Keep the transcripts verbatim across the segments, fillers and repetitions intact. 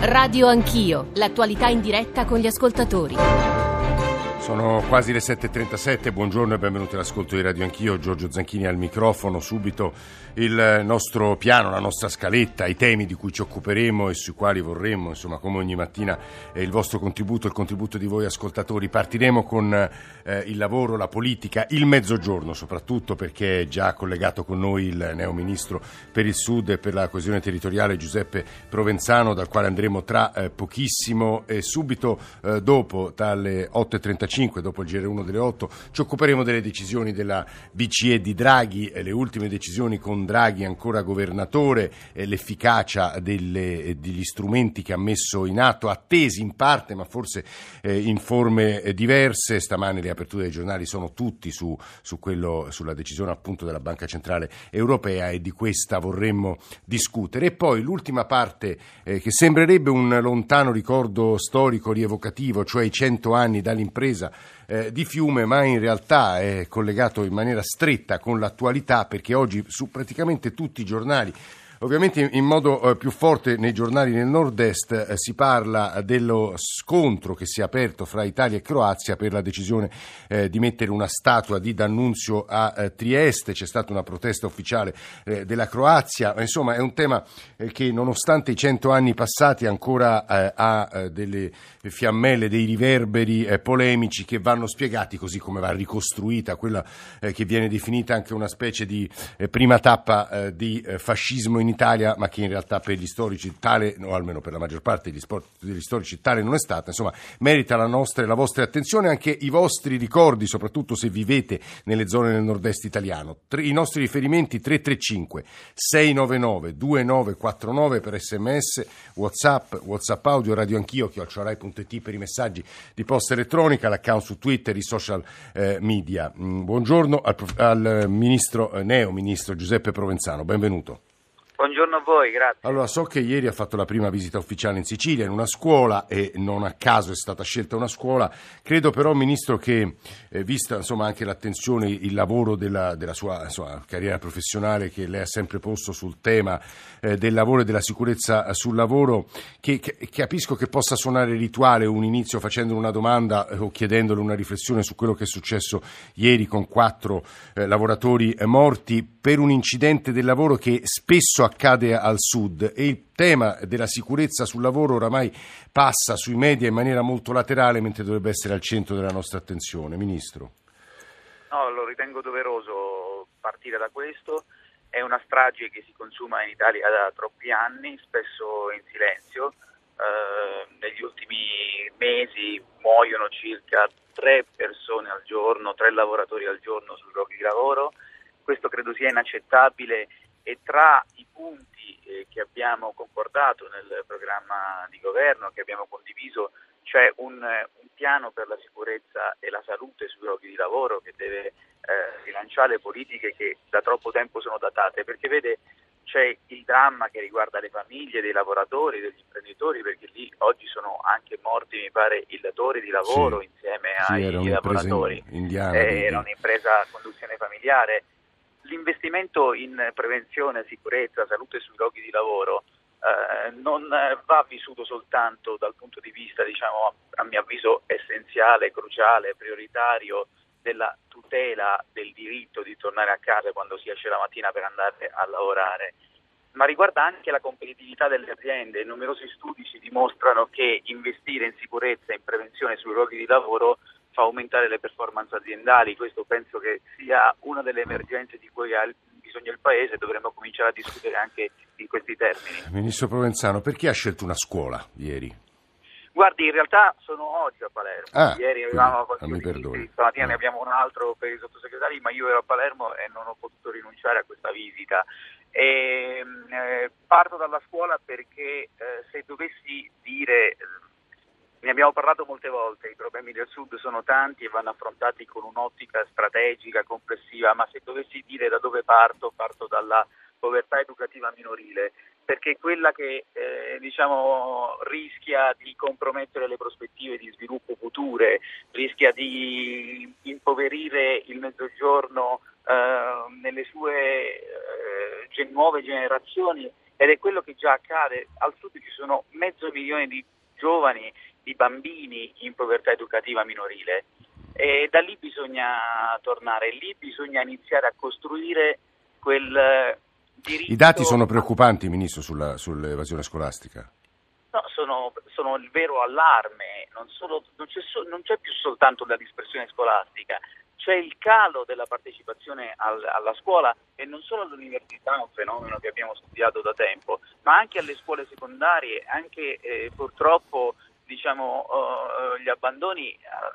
Radio Anch'io, l'attualità in diretta con gli ascoltatori. Sono quasi le sette e trentasette, buongiorno e benvenuti all'ascolto di Radio Anch'io, Giorgio Zanchini al microfono, subito il nostro piano, la nostra scaletta, i temi di cui ci occuperemo e sui quali vorremmo, insomma, come ogni mattina, eh, il vostro contributo, il contributo di voi ascoltatori. Partiremo con eh, il lavoro, la politica, il mezzogiorno soprattutto, perché è già collegato con noi il neo ministro per il Sud e per la coesione territoriale Giuseppe Provenzano, dal quale andremo tra eh, pochissimo e subito eh, dopo, dalle otto e trentacinque, dopo il G R uno delle otto, ci occuperemo delle decisioni della B C E di Draghi, eh, le ultime decisioni con Draghi ancora governatore, eh, l'efficacia delle, degli strumenti che ha messo in atto, attesi in parte ma forse eh, in forme eh, diverse. Stamane le aperture dei giornali sono tutti su, su quello, sulla decisione appunto della Banca Centrale Europea, e di questa vorremmo discutere. E poi l'ultima parte eh, che sembrerebbe un lontano ricordo storico rievocativo, cioè i cento anni dall'impresa Eh, di Fiume, ma in realtà è collegato in maniera stretta con l'attualità, perché oggi su praticamente tutti i giornali, ovviamente in modo eh, più forte nei giornali nel nord-est, eh, si parla dello scontro che si è aperto fra Italia e Croazia per la decisione eh, di mettere una statua di D'Annunzio a eh, Trieste. C'è stata una protesta ufficiale eh, della Croazia. Insomma, è un tema eh, che nonostante i cento anni passati ancora eh, ha eh, delle fiammelle, dei riverberi eh, polemici che vanno spiegati, così come va ricostruita quella eh, che viene definita anche una specie di eh, prima tappa eh, di eh, fascismo in in Italia, ma che in realtà per gli storici tale, o almeno per la maggior parte degli, sport, degli storici tale non è stata. Insomma, merita la nostra e la vostra attenzione, anche i vostri ricordi, soprattutto se vivete nelle zone del nord-est italiano. Tre, I nostri riferimenti: tre tre cinque sei nove nove due nove quattro nove per sms, whatsapp, whatsapp audio, radio anch'io, chiocciola rai punto it per i messaggi di posta elettronica, l'account su Twitter, i social eh, media. Mm, buongiorno al, al ministro, eh, neo ministro Giuseppe Provenzano, benvenuto. Buongiorno a voi, grazie. Allora, so che ieri ha fatto la prima visita ufficiale in Sicilia, in una scuola, e non a caso è stata scelta una scuola. Credo però, Ministro, che eh, vista insomma anche l'attenzione, il lavoro della, della sua insomma, carriera professionale, che lei ha sempre posto sul tema eh, del lavoro e della sicurezza sul lavoro, che, che capisco che possa suonare rituale un inizio facendo una domanda eh, o chiedendole una riflessione su quello che è successo ieri con quattro eh, lavoratori eh, morti per un incidente del lavoro che spesso accade al sud, e il tema della sicurezza sul lavoro oramai passa sui media in maniera molto laterale, mentre dovrebbe essere al centro della nostra attenzione. Ministro. No, lo ritengo doveroso partire da questo. È una strage che si consuma in Italia da troppi anni, spesso in silenzio. Eh, negli ultimi mesi muoiono circa tre persone al giorno, tre lavoratori al giorno sui luoghi di lavoro. Questo credo sia inaccettabile, e tra i punti eh, che abbiamo concordato nel programma di governo, che abbiamo condiviso, c'è un, un piano per la sicurezza e la salute sui luoghi di lavoro che deve eh, rilanciare politiche che da troppo tempo sono datate, perché vede, c'è il dramma che riguarda le famiglie dei lavoratori, degli imprenditori, perché lì oggi sono anche morti, mi pare, i datori di lavoro, sì, insieme sì, ai era lavoratori. Indiana, eh, era un'impresa a conduzione familiare. L'investimento in prevenzione, sicurezza, salute sui luoghi di lavoro eh, non va vissuto soltanto dal punto di vista, diciamo, a mio avviso essenziale, cruciale, prioritario, della tutela del diritto di tornare a casa quando si esce la mattina per andare a lavorare, ma riguarda anche la competitività delle aziende. Numerosi studi ci dimostrano che investire in sicurezza e in prevenzione sui luoghi di lavoro fa aumentare le performance aziendali. Questo penso che sia una delle emergenze di cui ha bisogno il Paese, e dovremmo cominciare a discutere anche in questi termini. Ministro Provenzano, perché ha scelto una scuola ieri? Guardi, in realtà sono oggi a Palermo. Ah, ieri avevamo qualche visita, stamattina no. Ne abbiamo un altro per i sottosegretari, ma io ero a Palermo e non ho potuto rinunciare a questa visita. E, eh, parto dalla scuola perché eh, se dovessi dire... Ne abbiamo parlato molte volte, i problemi del Sud sono tanti e vanno affrontati con un'ottica strategica, complessiva, ma se dovessi dire da dove parto, parto dalla povertà educativa minorile, perché è quella che eh, diciamo rischia di compromettere le prospettive di sviluppo future, rischia di impoverire il Mezzogiorno eh, nelle sue eh, nuove generazioni ed è quello che già accade. Al sud ci sono mezzo milione di giovani, di bambini in povertà educativa minorile, e da lì bisogna tornare, lì bisogna iniziare a costruire quel diritto. I dati sono preoccupanti, Ministro, sulla, sull'evasione scolastica? No, sono, sono il vero allarme, non, solo, non, c'è so, non c'è più soltanto la dispersione scolastica, c'è il calo della partecipazione al, alla scuola, e non solo all'università, un fenomeno che abbiamo studiato da tempo, ma anche alle scuole secondarie, anche eh, purtroppo diciamo uh, gli abbandoni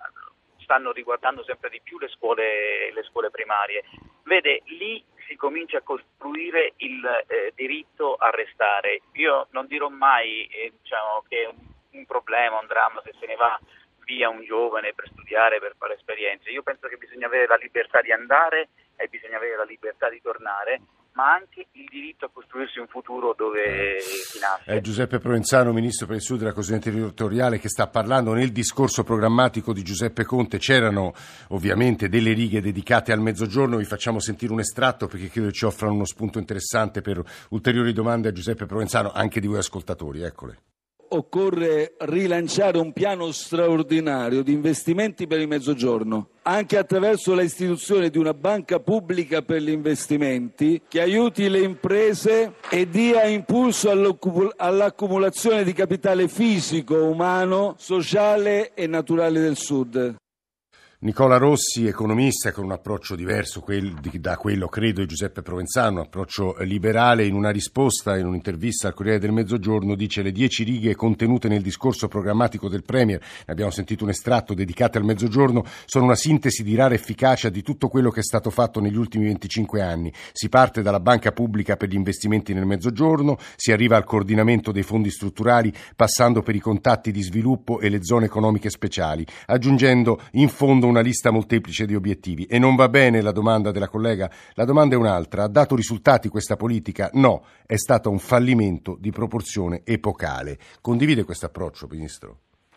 uh, stanno riguardando sempre di più le scuole, le scuole primarie. Vede, lì si comincia a costruire il eh, diritto a restare. Io non dirò mai eh, diciamo, che è un, un problema, un dramma se se ne va via un giovane per studiare, per fare esperienze. Io penso che bisogna avere la libertà di andare e bisogna avere la libertà di tornare, ma anche il diritto a costruirsi un futuro dove si nasce. È Giuseppe Provenzano, Ministro per il Sud della Coesione Territoriale, che sta parlando. Nel discorso programmatico di Giuseppe Conte c'erano ovviamente delle righe dedicate al Mezzogiorno. Vi facciamo sentire un estratto perché credo ci offrano uno spunto interessante per ulteriori domande a Giuseppe Provenzano, anche di voi ascoltatori. Eccole. Occorre rilanciare un piano straordinario di investimenti per il Mezzogiorno, anche attraverso la istituzione di una banca pubblica per gli investimenti che aiuti le imprese e dia impulso all'accumulazione di capitale fisico, umano, sociale e naturale del Sud. Nicola Rossi, economista, con un approccio diverso quel, da quello, credo, di Giuseppe Provenzano, un approccio liberale. In una risposta, in un'intervista al Corriere del Mezzogiorno, dice: le dieci righe contenute nel discorso programmatico del Premier, ne abbiamo sentito un estratto, dedicate al Mezzogiorno, sono una sintesi di rara efficacia di tutto quello che è stato fatto negli ultimi venticinque anni. Si parte dalla banca pubblica per gli investimenti nel Mezzogiorno, si arriva al coordinamento dei fondi strutturali, passando per i contatti di sviluppo e le zone economiche speciali, aggiungendo in fondo una lista molteplice di obiettivi. E non va bene la domanda della collega? La domanda è un'altra. Ha dato risultati questa politica? No, è stato un fallimento di proporzione epocale. Condivide questo approccio, Ministro?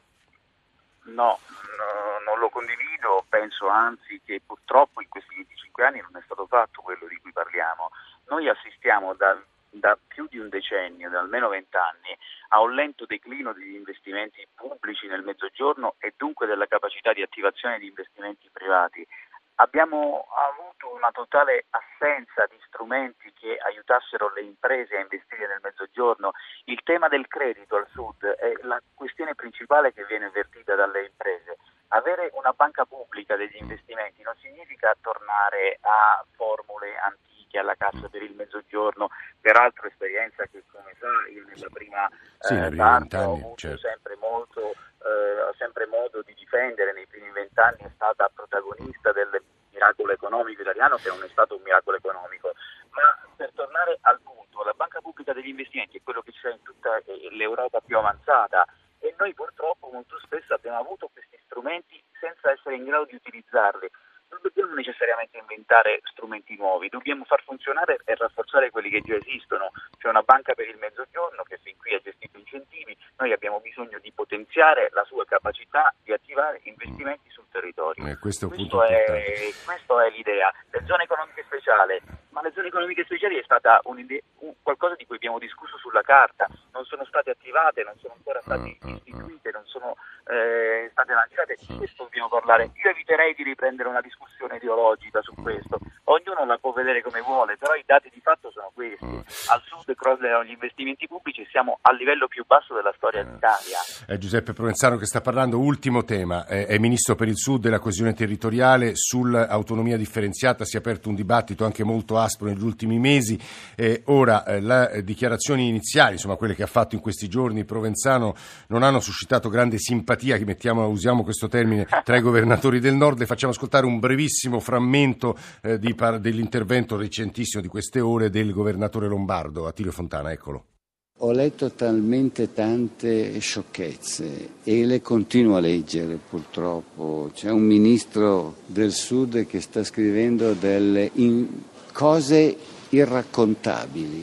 No, no, non lo condivido. Penso anzi che purtroppo in questi venticinque anni non è stato fatto quello di cui parliamo. Noi assistiamo da da più di un decennio, da almeno vent'anni, a un lento declino degli investimenti pubblici nel Mezzogiorno e dunque della capacità di attivazione di investimenti privati. Abbiamo avuto una totale assenza di strumenti che aiutassero le imprese a investire nel Mezzogiorno. Il tema del credito al Sud è la questione principale che viene avvertita dalle imprese. Avere una banca pubblica degli investimenti non significa tornare a formule antiche, alla Cassa per il Mezzogiorno, peraltro esperienza che, come sa, io nella prima sì, eh, parte ho avuto certo. sempre molto eh, sempre modo di difendere. Nei primi vent'anni è stata protagonista del miracolo economico italiano, che non è stato un miracolo economico. Ma per tornare al punto, la banca pubblica degli investimenti è quello che c'è in tutta l'Europa più avanzata, e noi purtroppo molto spesso abbiamo avuto questi strumenti senza essere in grado di utilizzarli. Non dobbiamo necessariamente inventare strumenti nuovi, dobbiamo far funzionare e rafforzare quelli che già esistono. C'è una banca per il Mezzogiorno che fin qui ha gestito incentivi, noi abbiamo bisogno di potenziare la sua capacità di attivare investimenti sul territorio. Eh, questo, questo, è, questo è l'idea. Le zone economiche speciali, ma le zone economiche speciali è stata un'idea, un, qualcosa di cui abbiamo discusso sulla carta, non sono state attivate, non sono ancora state istituite, non sono eh, state lanciate. Di questo dobbiamo parlare. Io eviterei di riprendere una discussione ideologica su questo. Ognuno la può vedere come vuole, però i dati di fatto sono questi. Al Sud crollano gli investimenti pubblici e siamo al livello più basso della storia d'Italia. È Giuseppe Provenzano che sta parlando. Ultimo tema, è Ministro per il Sud e la coesione territoriale. Sull'autonomia differenziata si è aperto un dibattito anche molto aspro negli ultimi mesi. Eh, ora, eh, le dichiarazioni iniziali, insomma quelle che ha fatto in questi giorni Provenzano, non hanno suscitato grande simpatia, che mettiamo, usiamo questo termine, tra i governatori del Nord. Le facciamo ascoltare un brevissimo frammento eh, di par- dell'intervento recentissimo di queste ore del governatore lombardo, Attilio Fontana. Eccolo. Ho letto talmente tante sciocchezze e le continuo a leggere, purtroppo. C'è un ministro del Sud che sta scrivendo delle in- cose irraccontabili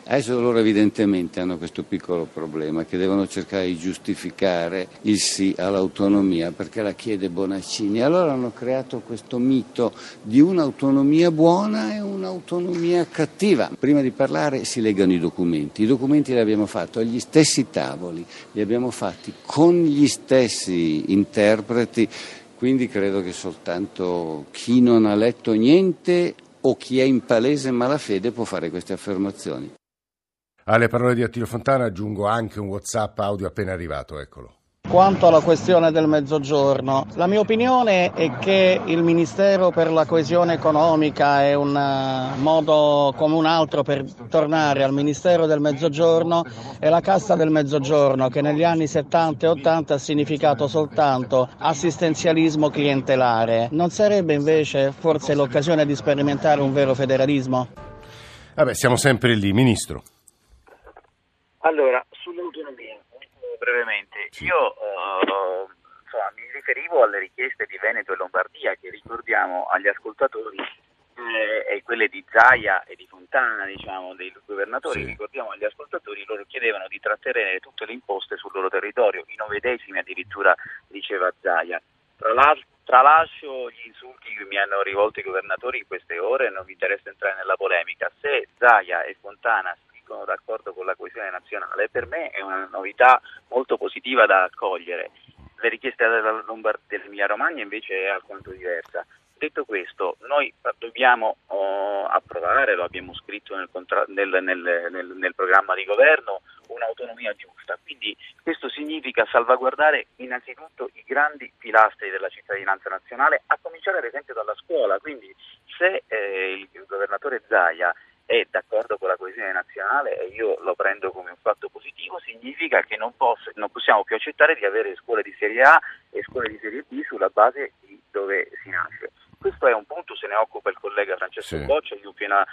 Adesso loro evidentemente hanno questo piccolo problema, che devono cercare di giustificare il sì all'autonomia perché la chiede Bonaccini. Allora hanno creato questo mito di un'autonomia buona e un'autonomia cattiva. Prima di parlare si leggono i documenti. I documenti li abbiamo fatti agli stessi tavoli, li abbiamo fatti con gli stessi interpreti, quindi credo che soltanto chi non ha letto niente o chi è in palese malafede può fare queste affermazioni. Alle parole di Attilio Fontana aggiungo anche un WhatsApp audio appena arrivato, eccolo. Quanto alla questione del mezzogiorno, la mia opinione è che il Ministero per la coesione economica è un modo come un altro per tornare al Ministero del Mezzogiorno e la Cassa del Mezzogiorno, che negli anni settanta e ottanta ha significato soltanto assistenzialismo clientelare. Non sarebbe invece forse l'occasione di sperimentare un vero federalismo? Vabbè, siamo sempre lì, Ministro. Allora, sull'autonomia, brevemente, sì. io uh, insomma, mi riferivo alle richieste di Veneto e Lombardia, che ricordiamo agli ascoltatori, eh, e quelle di Zaia e di Fontana, diciamo, dei governatori, sì. ricordiamo agli ascoltatori, loro chiedevano di trattenere tutte le imposte sul loro territorio, i nove decimi addirittura, diceva Zaia. Tra l'altro, tralascio gli insulti che mi hanno rivolto i governatori in queste ore, non mi interessa entrare nella polemica. Se Zaia e Fontana sono d'accordo con la coesione nazionale, per me è una novità molto positiva da accogliere. Le richieste della Lombardia, dell'Emilia Romagna invece è alquanto diversa. Detto questo, noi dobbiamo oh, approvare, lo abbiamo scritto nel, contra- nel, nel, nel, nel programma di governo, un'autonomia giusta. Quindi questo significa salvaguardare innanzitutto i grandi pilastri della cittadinanza nazionale, a cominciare ad esempio dalla scuola. Quindi se eh, il governatore Zaia è d'accordo con la coesione nazionale, e io lo prendo come un fatto positivo, significa che non, posso, non possiamo più accettare di avere scuole di serie A e scuole di serie B sulla base di dove si nasce. Questo è un punto, se ne occupa il collega Francesco sì. Boccia, io ho piena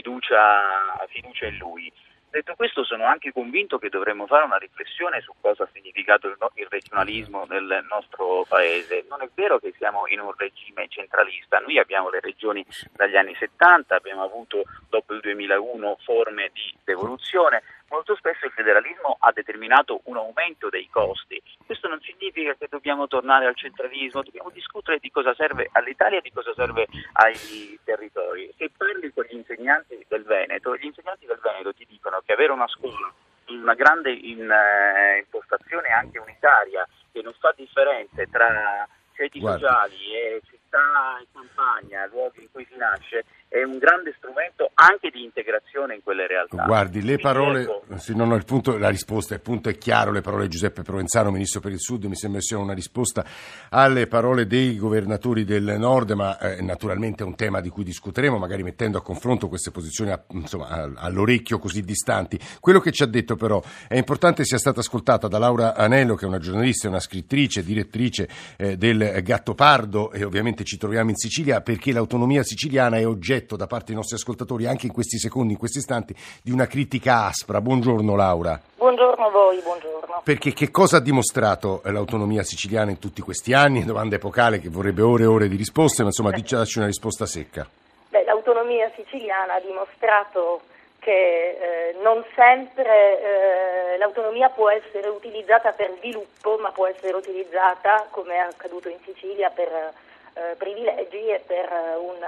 fiducia, fiducia in lui. Detto questo, sono anche convinto che dovremmo fare una riflessione su cosa ha significato il, no- il regionalismo nel nostro paese. Non è vero che siamo in un regime centralista, noi abbiamo le regioni dagli anni settanta, abbiamo avuto dopo il duemilauno forme di devoluzione. Molto spesso il federalismo ha determinato un aumento dei costi. Questo non significa che dobbiamo tornare al centralismo, dobbiamo discutere di cosa serve all'Italia e di cosa serve ai territori. Se parli con gli insegnanti del Veneto, gli insegnanti del Veneto ti dicono che avere una scuola, una grande in, eh, impostazione anche unitaria, che non fa differenze tra ceti Guarda. sociali e città e campagna, luoghi in cui si nasce, è un grande strumento anche di integrazione in quelle realtà. Guardi, le parole, ecco, sì, no, no, il punto, la risposta, il punto è chiaro, le parole di Giuseppe Provenzano, Ministro per il Sud, mi sembra siano una risposta alle parole dei governatori del Nord, ma eh, naturalmente è un tema di cui discuteremo, magari mettendo a confronto queste posizioni a, insomma, all'orecchio così distanti. Quello che ci ha detto però è importante sia stata ascoltata da Laura Anello, che è una giornalista, una scrittrice, direttrice eh, del Gattopardo, e ovviamente ci troviamo in Sicilia perché l'autonomia siciliana è oggetto da parte dei nostri ascoltatori anche in questi secondi, in questi istanti, di una critica aspra. Buongiorno Laura. Buongiorno a voi, buongiorno. Perché che cosa ha dimostrato l'autonomia siciliana in tutti questi anni? Domanda epocale che vorrebbe ore e ore di risposte, ma insomma dacci una risposta secca. Beh, l'autonomia siciliana ha dimostrato che eh, non sempre eh, l'autonomia può essere utilizzata per sviluppo, ma può essere utilizzata, come è accaduto in Sicilia, per eh, privilegi e per eh, un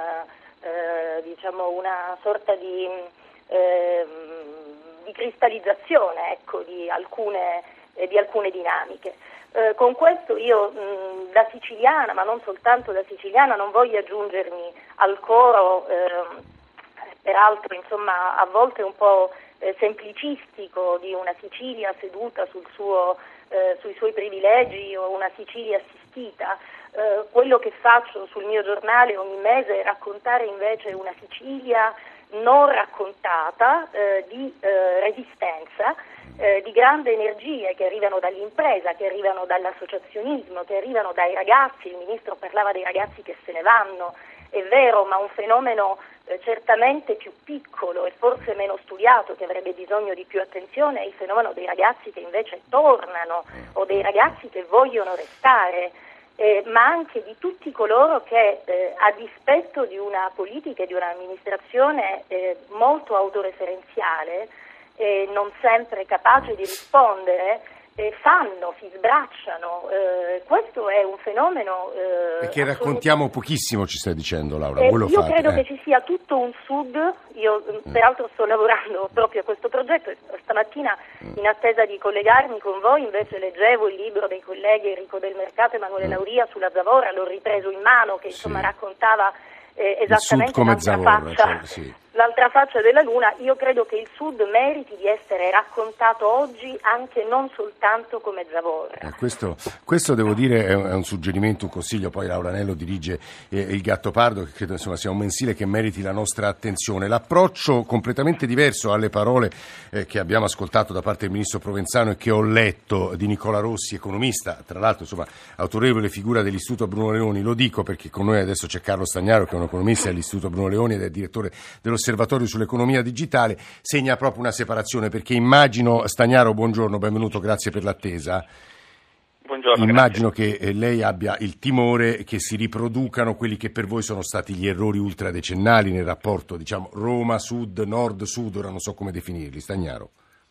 Eh, diciamo una sorta di, eh, di cristallizzazione, ecco, di alcune, eh, di alcune dinamiche. Eh, con questo io mh, da siciliana, ma non soltanto da siciliana, non voglio aggiungermi al coro, eh, peraltro insomma a volte un po' eh, semplicistico, di una Sicilia seduta sul suo, eh, sui suoi privilegi, o una Sicilia assistita. Uh, quello che faccio sul mio giornale ogni mese è raccontare invece una Sicilia non raccontata, uh, di uh, resistenza, uh, di grande energie che arrivano dall'impresa, che arrivano dall'associazionismo, che arrivano dai ragazzi. Il Ministro parlava dei ragazzi che se ne vanno, è vero, ma un fenomeno uh, certamente più piccolo e forse meno studiato, che avrebbe bisogno di più attenzione, è il fenomeno dei ragazzi che invece tornano o dei ragazzi che vogliono restare. Eh, ma anche di tutti coloro che, eh, a dispetto di una politica e di un'amministrazione eh, molto autoreferenziale, e non sempre capace di rispondere, eh, fanno, si sbracciano. Eh, questo è un fenomeno... Eh, e che raccontiamo pochissimo, ci stai dicendo, Laura. Eh, Voi lo io fate, credo eh. che ci sia tutto un Sud, io mm. peraltro sto lavorando proprio a questo progetto e stamattina mm. in attesa di collegarmi con voi invece leggevo il libro dei colleghi Enrico Del Mercato e Emanuele mm. Lauria sulla zavorra, l'ho ripreso in mano, che insomma sì. raccontava eh, esattamente come l'altra zavorra, faccia. cioè, sì. L'altra faccia della Luna. Io credo che il Sud meriti di essere raccontato oggi anche non soltanto come zavorra. Eh, questo, questo devo dire è un, è un suggerimento, un consiglio, poi Laura Anello dirige eh, il Gattopardo, che credo insomma sia un mensile che meriti la nostra attenzione. L'approccio completamente diverso alle parole eh, che abbiamo ascoltato da parte del ministro Provenzano e che ho letto di Nicola Rossi, economista, tra l'altro insomma autorevole figura dell'Istituto Bruno Leoni. Lo dico perché con noi adesso c'è Carlo Stagnaro, che è un economista dell'Istituto Bruno Leoni ed è direttore dello Osservatorio sull'economia digitale, segna proprio una separazione, perché immagino, Stagnaro, buongiorno, benvenuto, grazie per l'attesa. Buongiorno, immagino grazie. che eh, lei abbia il timore che si riproducano quelli che per voi sono stati gli errori ultradecennali nel rapporto, diciamo, Roma-Sud, Nord-Sud, ora non so come definirli. Stagnaro.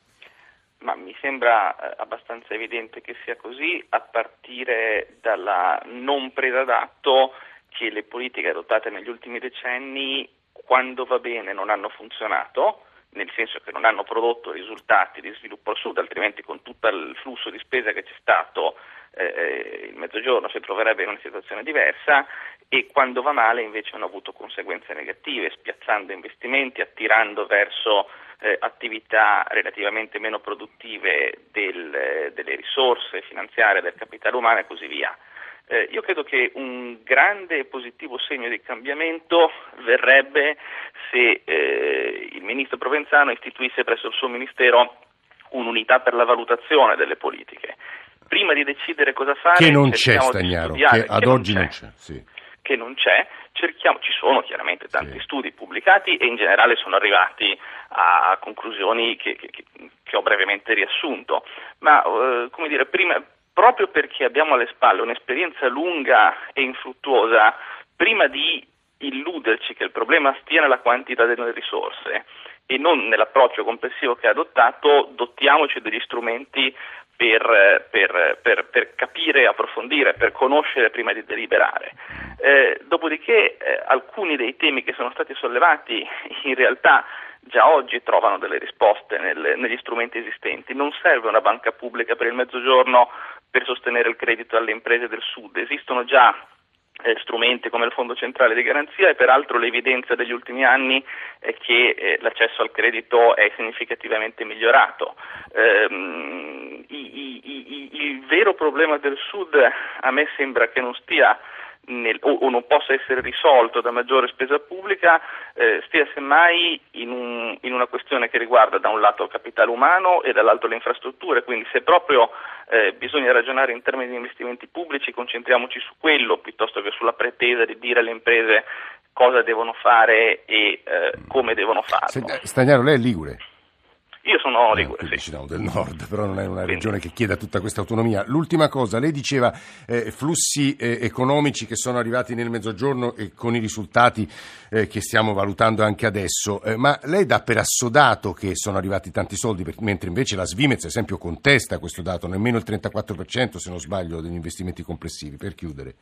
Ma mi sembra eh, abbastanza evidente che sia così, a partire dalla non presa d'atto che le politiche adottate negli ultimi decenni, quando va bene, non hanno funzionato, nel senso che non hanno prodotto risultati di sviluppo al Sud, altrimenti con tutto il flusso di spesa che c'è stato eh, il Mezzogiorno si troverebbe in una situazione diversa, e quando va male invece hanno avuto conseguenze negative, spiazzando investimenti, attirando verso eh, attività relativamente meno produttive del, delle risorse finanziarie, del capitale umano e così via. Eh, io credo che un grande e positivo segno di cambiamento verrebbe se eh, il ministro Provenzano istituisse presso il suo ministero un'unità per la valutazione delle politiche. Prima di decidere cosa fare, che non c'è, Stagnaro, che ad che oggi non non c'è, c'è, sì. che non c'è, cerchiamo, ci sono chiaramente tanti sì. studi pubblicati e in generale sono arrivati a conclusioni che, che, che ho brevemente riassunto, ma eh, come dire, prima proprio perché abbiamo alle spalle un'esperienza lunga e infruttuosa, prima di illuderci che il problema stia nella quantità delle risorse e non nell'approccio complessivo che ha adottato, dotiamoci degli strumenti per, per, per, per capire, approfondire, per conoscere prima di deliberare. Eh, dopodiché eh, alcuni dei temi che sono stati sollevati in realtà già oggi trovano delle risposte nel, negli strumenti esistenti. Non serve una banca pubblica per il Mezzogiorno per sostenere il credito alle imprese del Sud. Esistono già eh, strumenti come il Fondo Centrale di Garanzia e peraltro l'evidenza degli ultimi anni è che eh, l'accesso al credito è significativamente migliorato. Ehm, i, i, i, il vero problema del Sud a me sembra che non stia Nel, o, o non possa essere risolto da maggiore spesa pubblica, eh, stia semmai in, un, in una questione che riguarda da un lato il capitale umano e dall'altro le infrastrutture, quindi se proprio eh, bisogna ragionare in termini di investimenti pubblici, concentriamoci su quello piuttosto che sulla pretesa di dire alle imprese cosa devono fare e eh, come devono farlo. Stagnaro, lei è ligure? Io sono ligure, eh, sì. No, del nord, però non è una Quindi. regione che chieda tutta questa autonomia. L'ultima cosa, lei diceva eh, flussi eh, economici che sono arrivati nel Mezzogiorno e con i risultati eh, che stiamo valutando anche adesso, eh, ma lei dà per assodato che sono arrivati tanti soldi, per, mentre invece la Svimez, ad esempio, contesta questo dato, nemmeno il trentaquattro per cento, se non sbaglio, degli investimenti complessivi. Per chiudere.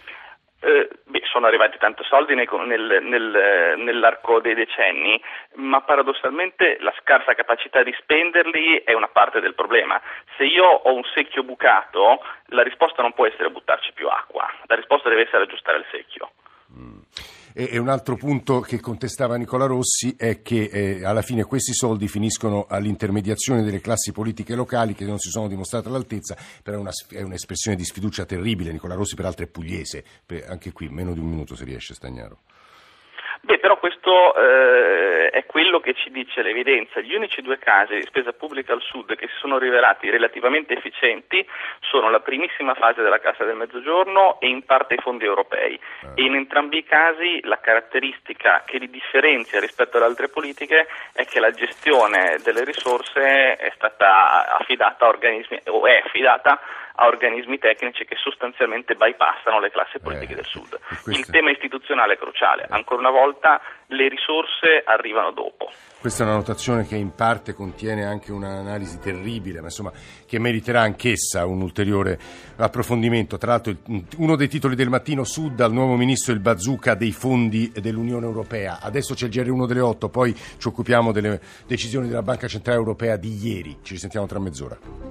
Eh, beh, sono arrivati tanti soldi nel, nel, nel, nell'arco dei decenni, ma paradossalmente la scarsa capacità di spenderli è una parte del problema. Se io ho un secchio bucato, la risposta non può essere buttarci più acqua, la risposta deve essere aggiustare il secchio. Mm. E un altro punto che contestava Nicola Rossi è che eh, alla fine questi soldi finiscono all'intermediazione delle classi politiche locali che non si sono dimostrate all'altezza, però è, una, è un'espressione di sfiducia terribile. Nicola Rossi peraltro è pugliese, anche qui meno di un minuto se riesce, Stagnaro. Beh, però questo eh, è quello che ci dice l'evidenza. Gli unici due casi di spesa pubblica al Sud che si sono rivelati relativamente efficienti sono la primissima fase della Cassa del Mezzogiorno e in parte i fondi europei. Eh. E in entrambi i casi la caratteristica che li differenzia rispetto alle altre politiche è che la gestione delle risorse è stata affidata a organismi o è affidata a organismi tecnici che sostanzialmente bypassano le classi politiche eh, del Sud. questo... Il tema istituzionale è cruciale, ancora una volta le risorse arrivano dopo. Questa è una notazione che in parte contiene anche un'analisi terribile, ma insomma che meriterà anch'essa un ulteriore approfondimento. Tra l'altro uno dei titoli del mattino: Sud al nuovo ministro il bazooka dei fondi dell'Unione Europea. Adesso c'è il G R uno delle otto, poi ci occupiamo delle decisioni della Banca Centrale Europea di ieri. Ci risentiamo tra mezz'ora.